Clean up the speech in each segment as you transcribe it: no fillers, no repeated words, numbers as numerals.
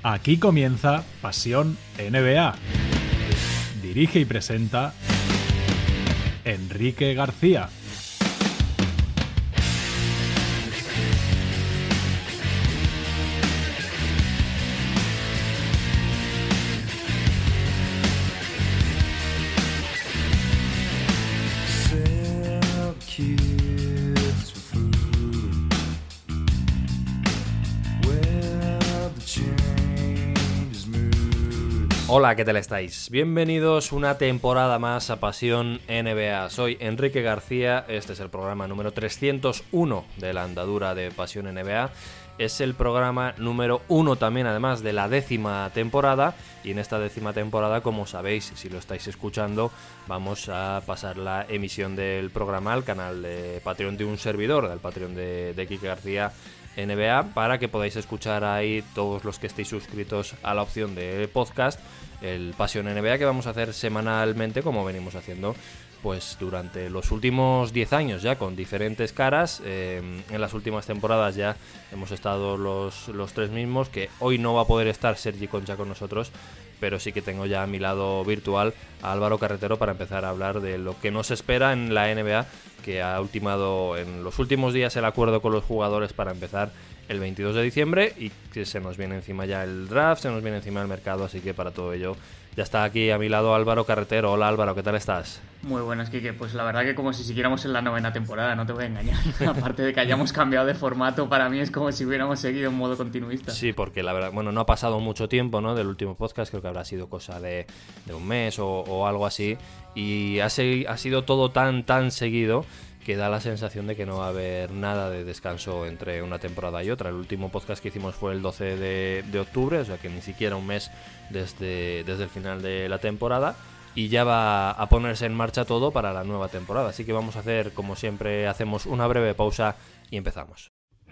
Aquí comienza Pasión NBA. Dirige y presenta Enrique García. Hola, ¿qué tal estáis? Bienvenidos una temporada más a Pasión NBA. Soy Enrique García, este es el programa número 301 de la andadura de Pasión NBA. Es el programa número 1 también, además, de la 10ª temporada. Y en esta 10ª temporada, como sabéis, si lo estáis escuchando, vamos a pasar la emisión del programa al canal de Patreon de un servidor, del Patreon de Quique García NBA, para que podáis escuchar ahí todos los que estéis suscritos a la opción de podcast, el Pasión NBA, que vamos a hacer semanalmente, como venimos haciendo pues durante los últimos 10 años ya, con diferentes caras. En las últimas temporadas ya hemos estado los tres mismos, que hoy no va a poder estar Sergi Concha con nosotros, pero sí que tengo ya a mi lado virtual a Álvaro Carretero para empezar a hablar de lo que nos espera en la NBA, que ha ultimado en los últimos días el acuerdo con los jugadores para empezar el 22 de diciembre y que se nos viene encima ya el draft, se nos viene encima el mercado, así que para todo ello ya está aquí a mi lado Álvaro Carretero. Hola Álvaro, ¿qué tal estás? Muy buenas, Quique. Pues la verdad que como si siguiéramos en la 9ª temporada, no te voy a engañar. Aparte de que hayamos cambiado de formato, para mí es como si hubiéramos seguido en modo continuista. Sí, porque la verdad, bueno, no ha pasado mucho tiempo, ¿no?, del último podcast, creo que habrá sido cosa de un mes o algo así, y ha sido todo tan seguido que da la sensación de que no va a haber nada de descanso entre una temporada y otra. El último podcast que hicimos fue el 12 de octubre, o sea que ni siquiera un mes desde el final de la temporada, y ya va a ponerse en marcha todo para la nueva temporada. Así que vamos a hacer, como siempre hacemos, una breve pausa y empezamos.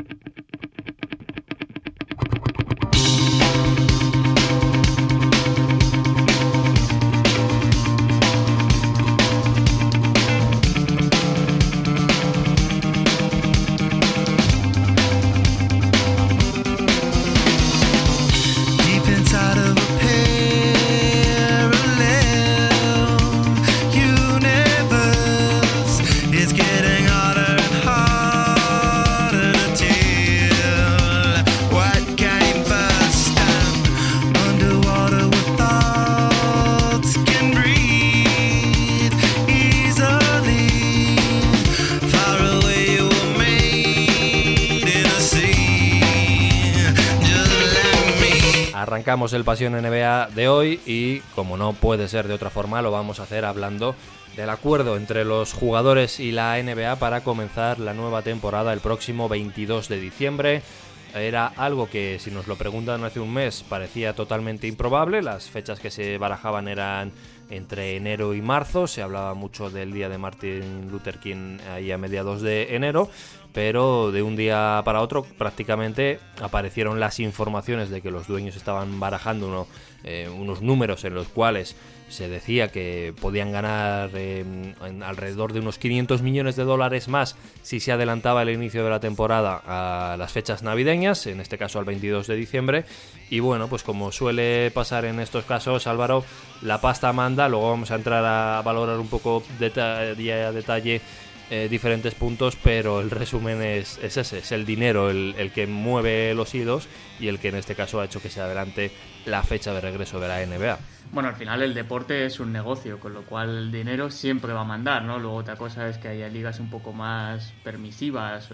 Arrancamos el Pasión NBA de hoy y, como no puede ser de otra forma, lo vamos a hacer hablando del acuerdo entre los jugadores y la NBA para comenzar la nueva temporada el próximo 22 de diciembre. Era algo que, si nos lo preguntan hace un mes, parecía totalmente improbable. Las fechas que se barajaban eran entre enero y marzo. Se hablaba mucho del día de Martin Luther King ahí a mediados de enero, pero de un día para otro prácticamente aparecieron las informaciones de que los dueños estaban barajando unos números en los cuales se decía que podían ganar alrededor de unos $500 millones más si se adelantaba el inicio de la temporada a las fechas navideñas, en este caso al 22 de diciembre. Y bueno, pues como suele pasar en estos casos, Álvaro, la pasta manda. Luego vamos a entrar a valorar un poco detalle a detalle diferentes puntos, pero el resumen es ese, es el dinero el que mueve los hilos y el que en este caso ha hecho que se adelante la fecha de regreso de la NBA. Bueno, al final el deporte es un negocio, con lo cual el dinero siempre va a mandar, ¿no? Luego otra cosa es que haya ligas un poco más permisivas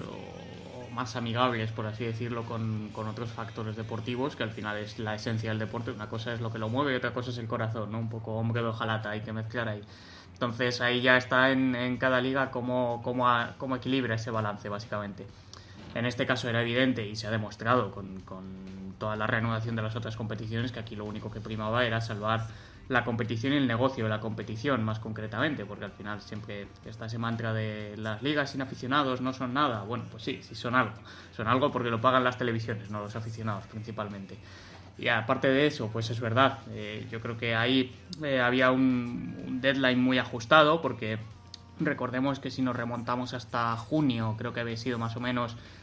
o más amigables, por así decirlo, con otros factores deportivos, que al final es la esencia del deporte. Una cosa es lo que lo mueve y otra cosa es el corazón, ¿no? Un poco hombre de hojalata, hay que mezclar ahí. Entonces ahí ya está en cada liga cómo equilibra ese balance, básicamente. En este caso era evidente y se ha demostrado con toda la reanudación de las otras competiciones que aquí lo único que primaba era salvar la competición y el negocio de la competición, más concretamente, porque al final siempre está ese mantra de las ligas sin aficionados no son nada. Bueno, pues sí son algo porque lo pagan las televisiones, no los aficionados principalmente. Y aparte de eso, pues es verdad, yo creo que ahí había un deadline muy ajustado, porque recordemos que si nos remontamos hasta junio, creo que había sido más o menos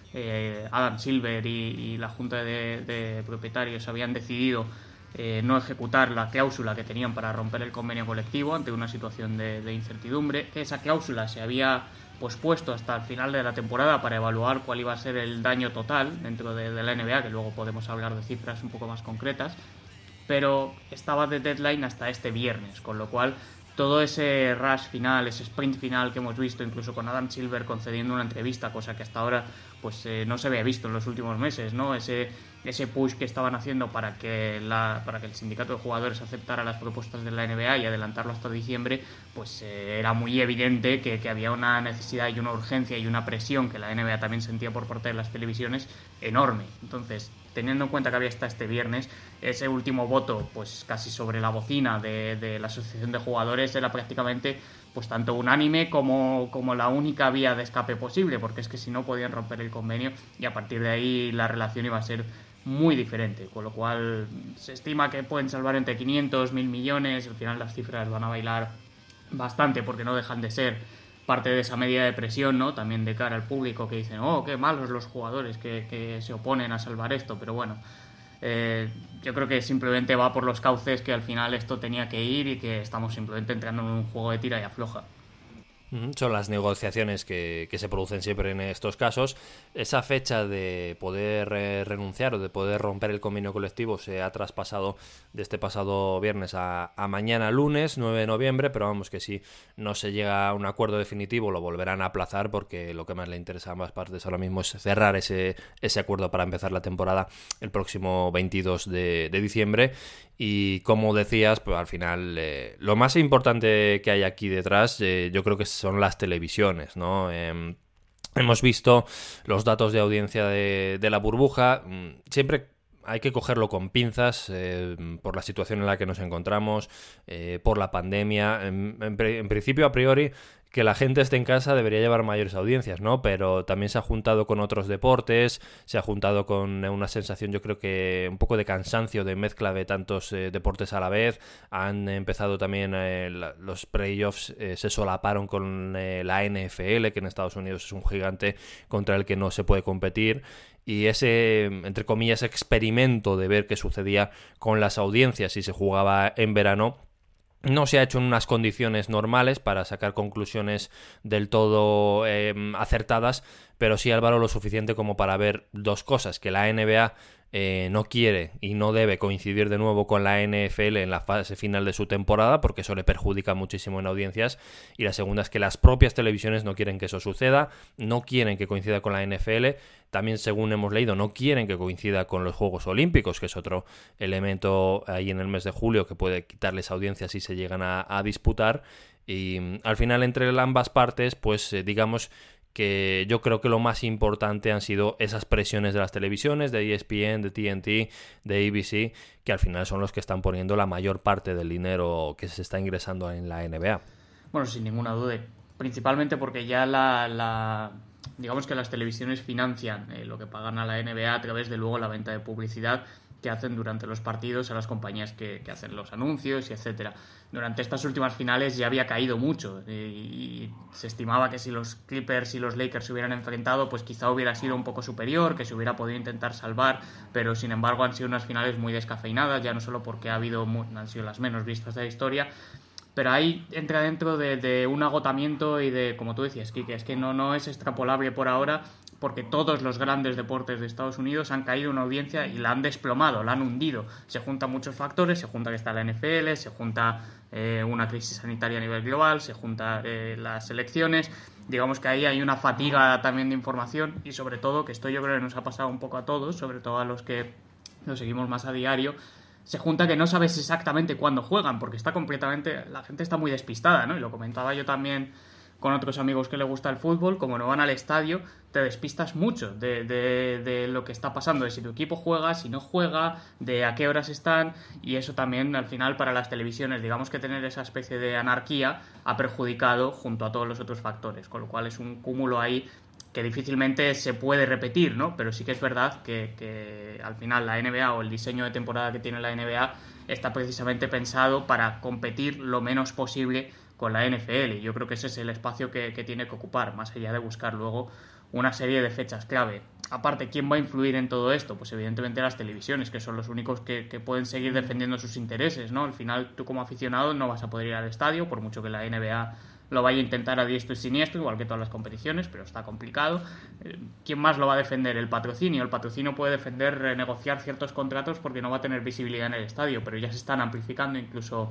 Adam Silver y la junta de propietarios habían decidido no ejecutar la cláusula que tenían para romper el convenio colectivo ante una situación de incertidumbre, que esa cláusula se había pospuesto hasta el final de la temporada para evaluar cuál iba a ser el daño total dentro de la NBA, que luego podemos hablar de cifras un poco más concretas, pero estaba de deadline hasta este viernes, con lo cual todo ese rush final, ese sprint final que hemos visto, incluso con Adam Silver concediendo una entrevista, cosa que hasta ahora pues no se había visto en los últimos meses, ¿no? Ese push que estaban haciendo para que el sindicato de jugadores aceptara las propuestas de la NBA y adelantarlo hasta diciembre, pues era muy evidente que había una necesidad y una urgencia y una presión que la NBA también sentía por parte de las televisiones enorme. Entonces, teniendo en cuenta que había hasta este viernes, ese último voto, pues casi sobre la bocina de la asociación de jugadores, era prácticamente pues tanto unánime como la única vía de escape posible, porque es que si no podían romper el convenio y a partir de ahí la relación iba a ser muy diferente, con lo cual se estima que pueden salvar entre 500, 1.000 millones, al final las cifras van a bailar bastante porque no dejan de ser parte de esa medida de presión, ¿no? También de cara al público que dicen, oh, qué malos los jugadores que se oponen a salvar esto, pero bueno, yo creo que simplemente va por los cauces que al final esto tenía que ir y que estamos simplemente entrando en un juego de tira y afloja. Son las negociaciones que se producen siempre en estos casos. Esa fecha de poder renunciar o de poder romper el convenio colectivo se ha traspasado de este pasado viernes a mañana lunes, 9 de noviembre, pero vamos que si no se llega a un acuerdo definitivo lo volverán a aplazar porque lo que más le interesa a ambas partes ahora mismo es cerrar ese acuerdo para empezar la temporada el próximo 22 de diciembre. Y como decías, pues al final lo más importante que hay aquí detrás yo creo que son las televisiones, ¿no? Hemos visto los datos de audiencia de la burbuja. Siempre hay que cogerlo con pinzas por la situación en la que nos encontramos, por la pandemia. En principio, a priori, que la gente esté en casa debería llevar mayores audiencias, ¿no? Pero también se ha juntado con otros deportes, se ha juntado con una sensación, yo creo que un poco de cansancio, de mezcla de tantos deportes a la vez. Han empezado también los playoffs, se solaparon con la NFL, que en Estados Unidos es un gigante contra el que no se puede competir. Y ese, entre comillas, experimento de ver qué sucedía con las audiencias si se jugaba en verano, no se ha hecho en unas condiciones normales para sacar conclusiones del todo acertadas, pero sí, Álvaro, lo suficiente como para ver dos cosas: que la NBA no quiere y no debe coincidir de nuevo con la NFL en la fase final de su temporada porque eso le perjudica muchísimo en audiencias, y la segunda es que las propias televisiones no quieren que eso suceda, no quieren que coincida con la NFL, también, según hemos leído, no quieren que coincida con los Juegos Olímpicos, que es otro elemento ahí en el mes de julio que puede quitarles audiencias si se llegan a disputar. Y al final, entre ambas partes, pues digamos que yo creo que lo más importante han sido esas presiones de las televisiones, de ESPN, de TNT, de ABC, que al final son los que están poniendo la mayor parte del dinero que se está ingresando en la NBA. Bueno, sin ninguna duda, principalmente porque ya digamos que las televisiones financian lo que pagan a la NBA a través de luego la venta de publicidad que hacen durante los partidos a las compañías que hacen los anuncios y etcétera. Durante estas últimas finales ya había caído mucho y se estimaba que si los Clippers y los Lakers se hubieran enfrentado, pues quizá hubiera sido un poco superior, que se hubiera podido intentar salvar, pero sin embargo han sido unas finales muy descafeinadas, ya no solo porque han sido las menos vistas de la historia, pero ahí entra dentro de un agotamiento y de, como tú decías, Kike, es que no es extrapolable por ahora, porque todos los grandes deportes de Estados Unidos han caído en audiencia y la han desplomado, la han hundido. Se juntan muchos factores, se junta que está la NFL, se junta una crisis sanitaria a nivel global, se junta las elecciones. Digamos que ahí hay una fatiga también de información y sobre todo, que esto yo creo que nos ha pasado un poco a todos, sobre todo a los que lo seguimos más a diario, se junta que no sabes exactamente cuándo juegan, porque la gente está muy despistada, ¿no? Y lo comentaba yo también con otros amigos que le gusta el fútbol, como no van al estadio, te despistas mucho de lo que está pasando, de si tu equipo juega, si no juega, de a qué horas están, y eso también al final para las televisiones, digamos que tener esa especie de anarquía ha perjudicado junto a todos los otros factores, con lo cual es un cúmulo ahí que difícilmente se puede repetir, ¿no? Pero sí que es verdad que al final la NBA o el diseño de temporada que tiene la NBA está precisamente pensado para competir lo menos posible con la NFL, y yo creo que ese es el espacio que tiene que ocupar, más allá de buscar luego una serie de fechas clave. Aparte, ¿quién va a influir en todo esto? Pues evidentemente las televisiones, que son los únicos que pueden seguir defendiendo sus intereses, ¿no? Al final, tú como aficionado no vas a poder ir al estadio, por mucho que la NBA lo vaya a intentar a diestro y siniestro, igual que todas las competiciones, pero está complicado. ¿Quién más lo va a defender? El patrocinio. El patrocinio puede defender renegociar ciertos contratos porque no va a tener visibilidad en el estadio, pero ya se están amplificando incluso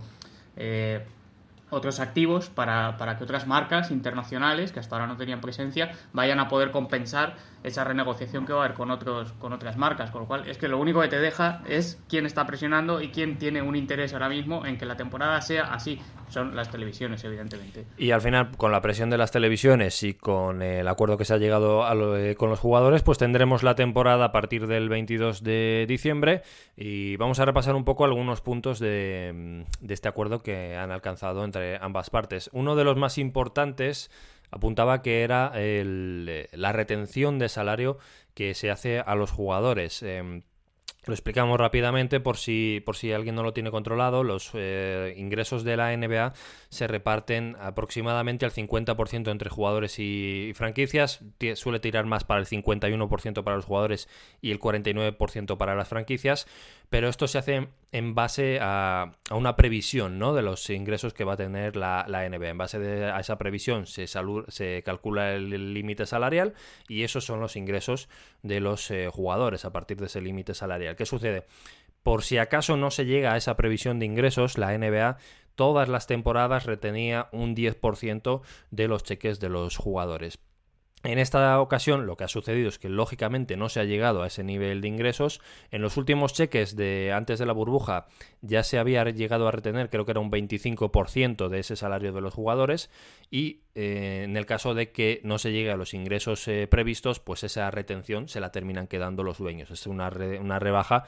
otros activos para que otras marcas internacionales que hasta ahora no tenían presencia vayan a poder compensar esa renegociación que va a haber con otras marcas, con lo cual es que lo único que te deja es quién está presionando y quién tiene un interés ahora mismo en que la temporada sea así. Son las televisiones, evidentemente. Y al final, con la presión de las televisiones y con el acuerdo que se ha llegado con los jugadores, pues tendremos la temporada a partir del 22 de diciembre y vamos a repasar un poco algunos puntos de este acuerdo que han alcanzado entre ambas partes. Uno de los más importantes apuntaba que era la retención de salario que se hace a los jugadores. Lo explicamos rápidamente por si alguien no lo tiene controlado. Los ingresos de la NBA se reparten aproximadamente al 50% entre jugadores y franquicias. Suele tirar más para el 51% para los jugadores y el 49% para las franquicias. Pero esto se hace en base a una previsión, ¿no?, de los ingresos que va a tener la NBA. En base a esa previsión se calcula el límite salarial y esos son los ingresos de los jugadores a partir de ese límite salarial. ¿Qué sucede? Por si acaso no se llega a esa previsión de ingresos, la NBA todas las temporadas retenía un 10% de los cheques de los jugadores. En esta ocasión lo que ha sucedido es que lógicamente no se ha llegado a ese nivel de ingresos. En los últimos cheques de antes de la burbuja ya se había llegado a retener, creo que era un 25% de ese salario de los jugadores y en el caso de que no se llegue a los ingresos previstos, pues esa retención se la terminan quedando los dueños. Es una rebaja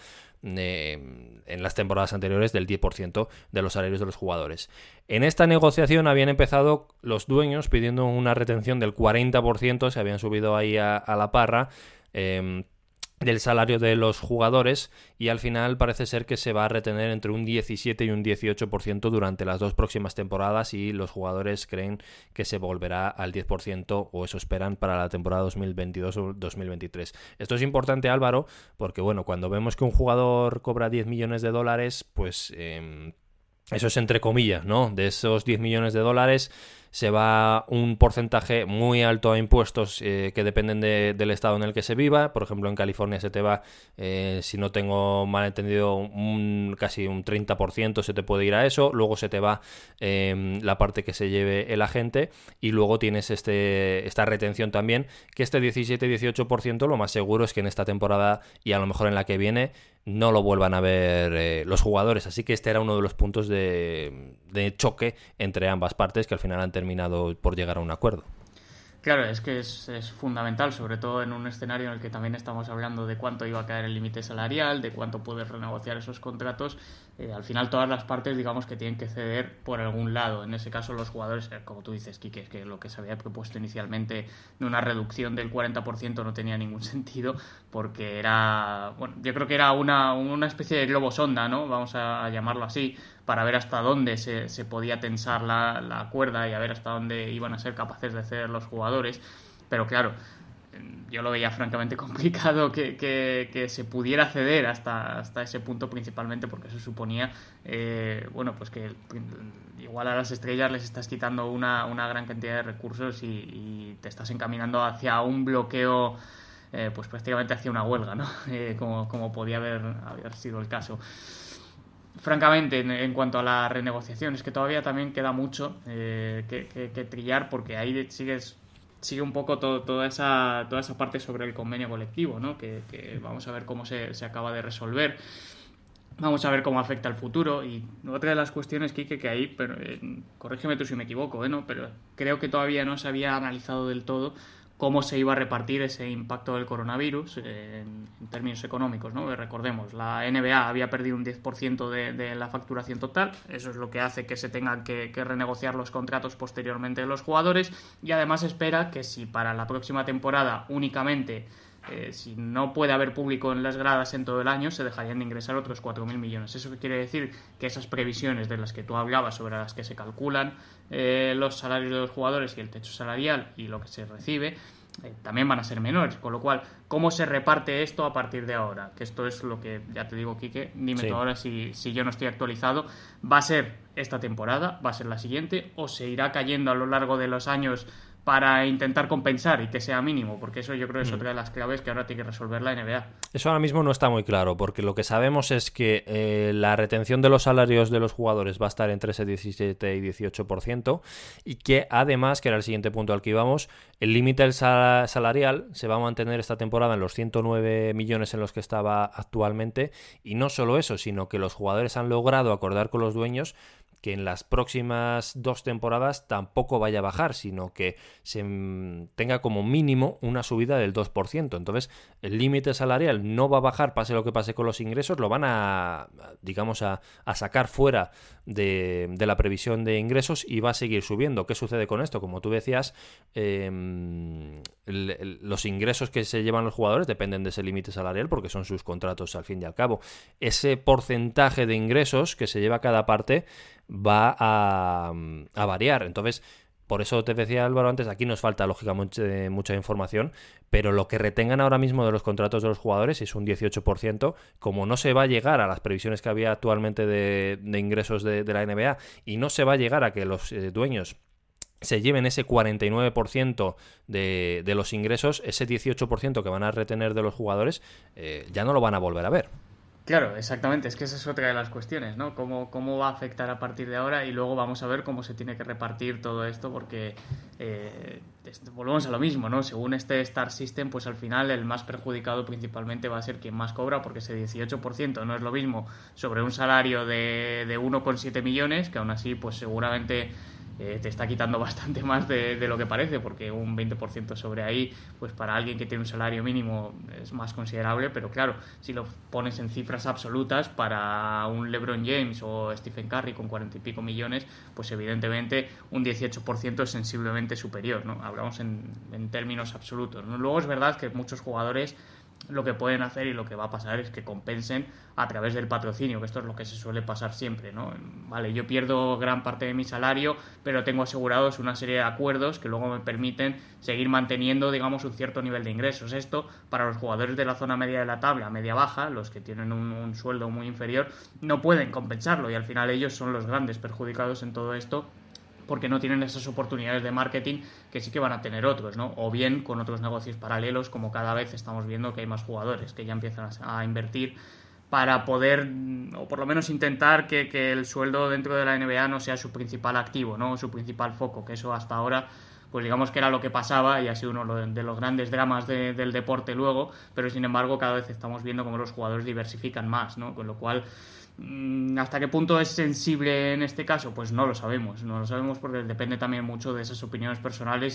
en las temporadas anteriores del 10% de los salarios de los jugadores. En esta negociación habían empezado los dueños pidiendo una retención del 40%, se habían subido ahí a la parra del salario de los jugadores y al final parece ser que se va a retener entre un 17 y un 18% durante las dos próximas temporadas y los jugadores creen que se volverá al 10% o eso esperan para la temporada 2022 o 2023. Esto es importante, Álvaro, porque bueno, cuando vemos que un jugador cobra 10 millones de dólares, pues eso es entre comillas, ¿no? De esos 10 millones de dólares se va un porcentaje muy alto a impuestos que dependen del estado en el que se viva. Por ejemplo, en California se te va, si no tengo mal entendido, casi un 30% se te puede ir a eso. Luego se te va la parte que se lleve el agente y luego tienes esta retención también, que este 17-18% lo más seguro es que en esta temporada y a lo mejor en la que viene no lo vuelvan a ver los jugadores. Así que este era uno de los puntos de choque entre ambas partes que al final han terminado por llegar a un acuerdo. Claro, es que es fundamental, sobre todo en un escenario en el que también estamos hablando de cuánto iba a caer el límite salarial, de cuánto puedes renegociar esos contratos. Al final todas las partes, digamos, que tienen que ceder por algún lado. En ese caso los jugadores, como tú dices, Quique, es que lo que se había propuesto inicialmente de una reducción del 40% no tenía ningún sentido, porque era, bueno, yo creo que era una especie de globo sonda, ¿no? Vamos a llamarlo así, para ver hasta dónde se podía tensar la cuerda y a ver hasta dónde iban a ser capaces de ceder los jugadores. Pero claro, yo lo veía francamente complicado que se pudiera ceder hasta ese punto, principalmente porque eso suponía bueno, pues que igual a las estrellas les estás quitando una gran cantidad de recursos y te estás encaminando hacia un bloqueo, pues prácticamente hacia una huelga, ¿no? Como podía haber sido el caso. Francamente, en cuanto a la renegociación, es que todavía también queda mucho que trillar, porque ahí sigue un poco toda esa parte sobre el convenio colectivo, ¿no? Que vamos a ver cómo se acaba de resolver. Vamos a ver cómo afecta al futuro. Y otra de las cuestiones, Quique, que ahí, pero corrígeme tú si me equivoco, ¿no? Pero creo que todavía no se había analizado del todo cómo se iba a repartir ese impacto del coronavirus en términos económicos, ¿no? Recordemos, la NBA había perdido un 10% de la facturación total, eso es lo que hace que se tengan que renegociar los contratos posteriormente de los jugadores, y además espera que si para la próxima temporada únicamente si no puede haber público en las gradas en todo el año, se dejarían de ingresar otros 4.000 millones. Eso quiere decir que esas previsiones de las que tú hablabas, sobre las que se calculan los salarios de los jugadores y el techo salarial y lo que se recibe, también van a ser menores, con lo cual, ¿cómo se reparte esto a partir de ahora? Que esto es lo que, ya te digo, Quique, dime tú ahora si yo no estoy actualizado. ¿Va a ser esta temporada? ¿Va a ser la siguiente? ¿O se irá cayendo a lo largo de los años para intentar compensar y que sea mínimo? Porque eso yo creo que es otra de las claves que ahora tiene que resolver la NBA. Eso ahora mismo no está muy claro, porque lo que sabemos es que la retención de los salarios de los jugadores va a estar entre ese 17 y 18%, y que además, que era el siguiente punto al que íbamos, el límite salarial se va a mantener esta temporada en los 109 millones en los que estaba actualmente, y no solo eso, sino que los jugadores han logrado acordar con los dueños que en las próximas 2 temporadas tampoco vaya a bajar, sino que se tenga como mínimo una subida del 2%. Entonces, el límite salarial no va a bajar, pase lo que pase con los ingresos, lo van a, digamos, a sacar fuera de la previsión de ingresos y va a seguir subiendo. ¿Qué sucede con esto? Como tú decías, los ingresos que se llevan los jugadores dependen de ese límite salarial porque son sus contratos al fin y al cabo. Ese porcentaje de ingresos que se lleva cada parte va a variar. Entonces, por eso te decía, Álvaro, antes, aquí nos falta lógicamente mucha información, pero lo que retengan ahora mismo de los contratos de los jugadores es un 18%. Como no se va a llegar a las previsiones que había actualmente de ingresos de la NBA, y no se va a llegar a que los dueños se lleven ese 49% de los ingresos, ese 18% que van a retener de los jugadores, ya no lo van a volver a ver. Claro, exactamente, es que esa es otra de las cuestiones, ¿no? ¿Cómo va a afectar a partir de ahora? Y luego vamos a ver cómo se tiene que repartir todo esto, porque volvemos a lo mismo, ¿no? Según este Star System, pues al final el más perjudicado principalmente va a ser quien más cobra, porque ese 18% no es lo mismo sobre un salario de 1,7 millones, que aún así, pues seguramente te está quitando bastante más de lo que parece, porque un 20% sobre ahí, pues para alguien que tiene un salario mínimo es más considerable, pero claro, si lo pones en cifras absolutas, para un LeBron James o Stephen Curry con 40 y pico millones, pues evidentemente un 18% es sensiblemente superior, ¿no? Hablamos en términos absolutos, ¿no? Luego es verdad que muchos jugadores lo que pueden hacer y lo que va a pasar es que compensen a través del patrocinio, que esto es lo que se suele pasar siempre, ¿no? Vale, yo pierdo gran parte de mi salario, pero tengo asegurados una serie de acuerdos que luego me permiten seguir manteniendo, digamos, un cierto nivel de ingresos. Esto, para los jugadores de la zona media de la tabla, media-baja, los que tienen un sueldo muy inferior, no pueden compensarlo, y al final ellos son los grandes perjudicados en todo esto, porque no tienen esas oportunidades de marketing que sí que van a tener otros, ¿no? O bien con otros negocios paralelos, como cada vez estamos viendo que hay más jugadores que ya empiezan a invertir para poder, o por lo menos intentar que el sueldo dentro de la NBA no sea su principal activo, ¿no? Su principal foco, que eso hasta ahora, pues digamos que era lo que pasaba y ha sido uno de los grandes dramas del deporte luego, pero sin embargo cada vez estamos viendo cómo los jugadores diversifican más, ¿no? Con lo cual, ¿hasta qué punto es sensible en este caso? Pues no lo sabemos porque depende también mucho de esas opiniones personales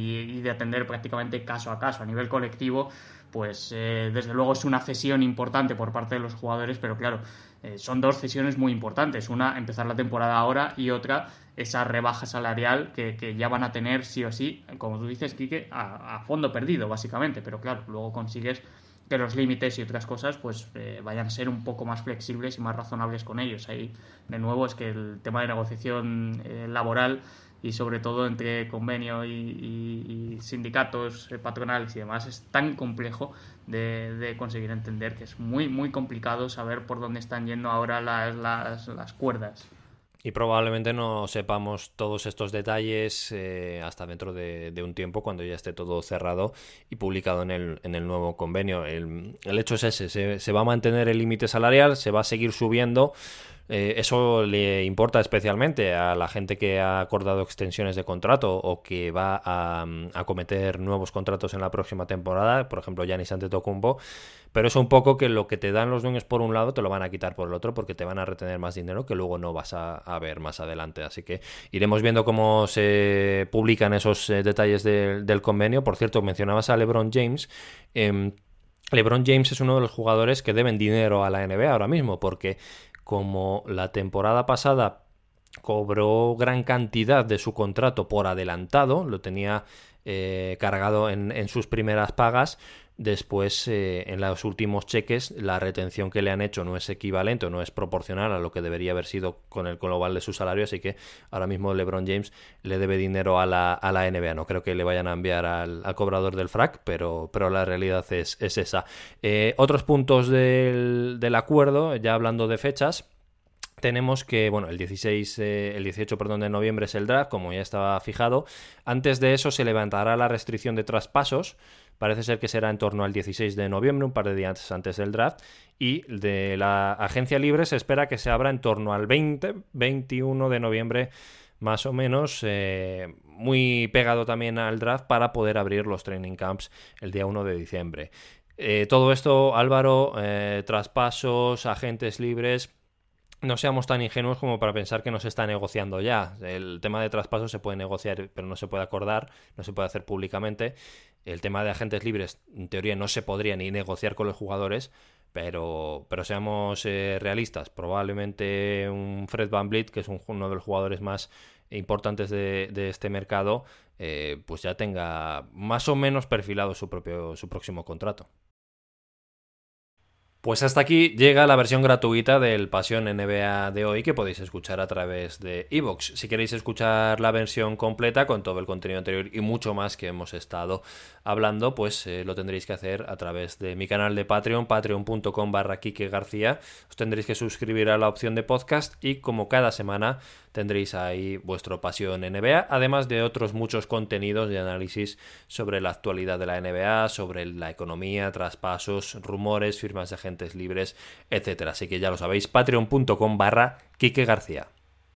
y de atender prácticamente caso a caso. A nivel colectivo, pues desde luego es una cesión importante por parte de los jugadores, pero claro, son 2 cesiones muy importantes. Una, empezar la temporada ahora, y otra, esa rebaja salarial que ya van a tener sí o sí, como tú dices, Quique, a fondo perdido básicamente, pero claro, luego consigues que los límites y otras cosas pues vayan a ser un poco más flexibles y más razonables con ellos. Ahí, de nuevo, es que el tema de negociación laboral, y sobre todo entre convenio y sindicatos patronales y demás, es tan complejo de conseguir entender, que es muy, muy complicado saber por dónde están yendo ahora las cuerdas. Y probablemente no sepamos todos estos detalles hasta dentro de un tiempo, cuando ya esté todo cerrado y publicado en el nuevo convenio. El hecho es ese, se va a mantener el límite salarial, se va a seguir subiendo. Eso le importa especialmente a la gente que ha acordado extensiones de contrato o que va a acometer nuevos contratos en la próxima temporada, por ejemplo Giannis Antetokounmpo, pero es un poco que lo que te dan los dueños por un lado te lo van a quitar por el otro, porque te van a retener más dinero que luego no vas a ver más adelante. Así que iremos viendo cómo se publican esos detalles del convenio. Por cierto, mencionabas a LeBron James. LeBron James es uno de los jugadores que deben dinero a la NBA ahora mismo, porque como la temporada pasada cobró gran cantidad de su contrato por adelantado, lo tenía cargado en sus primeras pagas, después en los últimos cheques la retención que le han hecho no es equivalente o no es proporcional a lo que debería haber sido con el global de su salario, así que ahora mismo LeBron James le debe dinero a la NBA. No creo que le vayan a enviar al cobrador del frac, pero la realidad es esa. Otros puntos del acuerdo, ya hablando de fechas. Tenemos que, bueno, el 18 de noviembre es el draft, como ya estaba fijado. Antes de eso se levantará la restricción de traspasos. Parece ser que será en torno al 16 de noviembre, un par de días antes del draft. Y de la agencia libre se espera que se abra en torno al 21 de noviembre, más o menos, muy pegado también al draft para poder abrir los training camps el día 1 de diciembre. Todo esto, Álvaro, traspasos, agentes libres... No seamos tan ingenuos como para pensar que no se está negociando ya. El tema de traspasos se puede negociar, pero no se puede acordar, no se puede hacer públicamente. El tema de agentes libres, en teoría, no se podría ni negociar con los jugadores, pero seamos realistas. Probablemente un Fred VanVleet, que es uno de los jugadores más importantes de este mercado, pues ya tenga más o menos perfilado su próximo contrato. Pues hasta aquí llega la versión gratuita del Pasión NBA de hoy, que podéis escuchar a través de iVoox. Si queréis escuchar la versión completa con todo el contenido anterior y mucho más que hemos estado hablando, pues lo tendréis que hacer a través de mi canal de Patreon, patreon.com/Quique García. Os tendréis que suscribir a la opción de podcast y como cada semana tendréis ahí vuestro Pasión NBA, además de otros muchos contenidos de análisis sobre la actualidad de la NBA, sobre la economía, traspasos, rumores, firmas de agentes libres, etcétera. Así que ya lo sabéis, patreon.com/Quique García.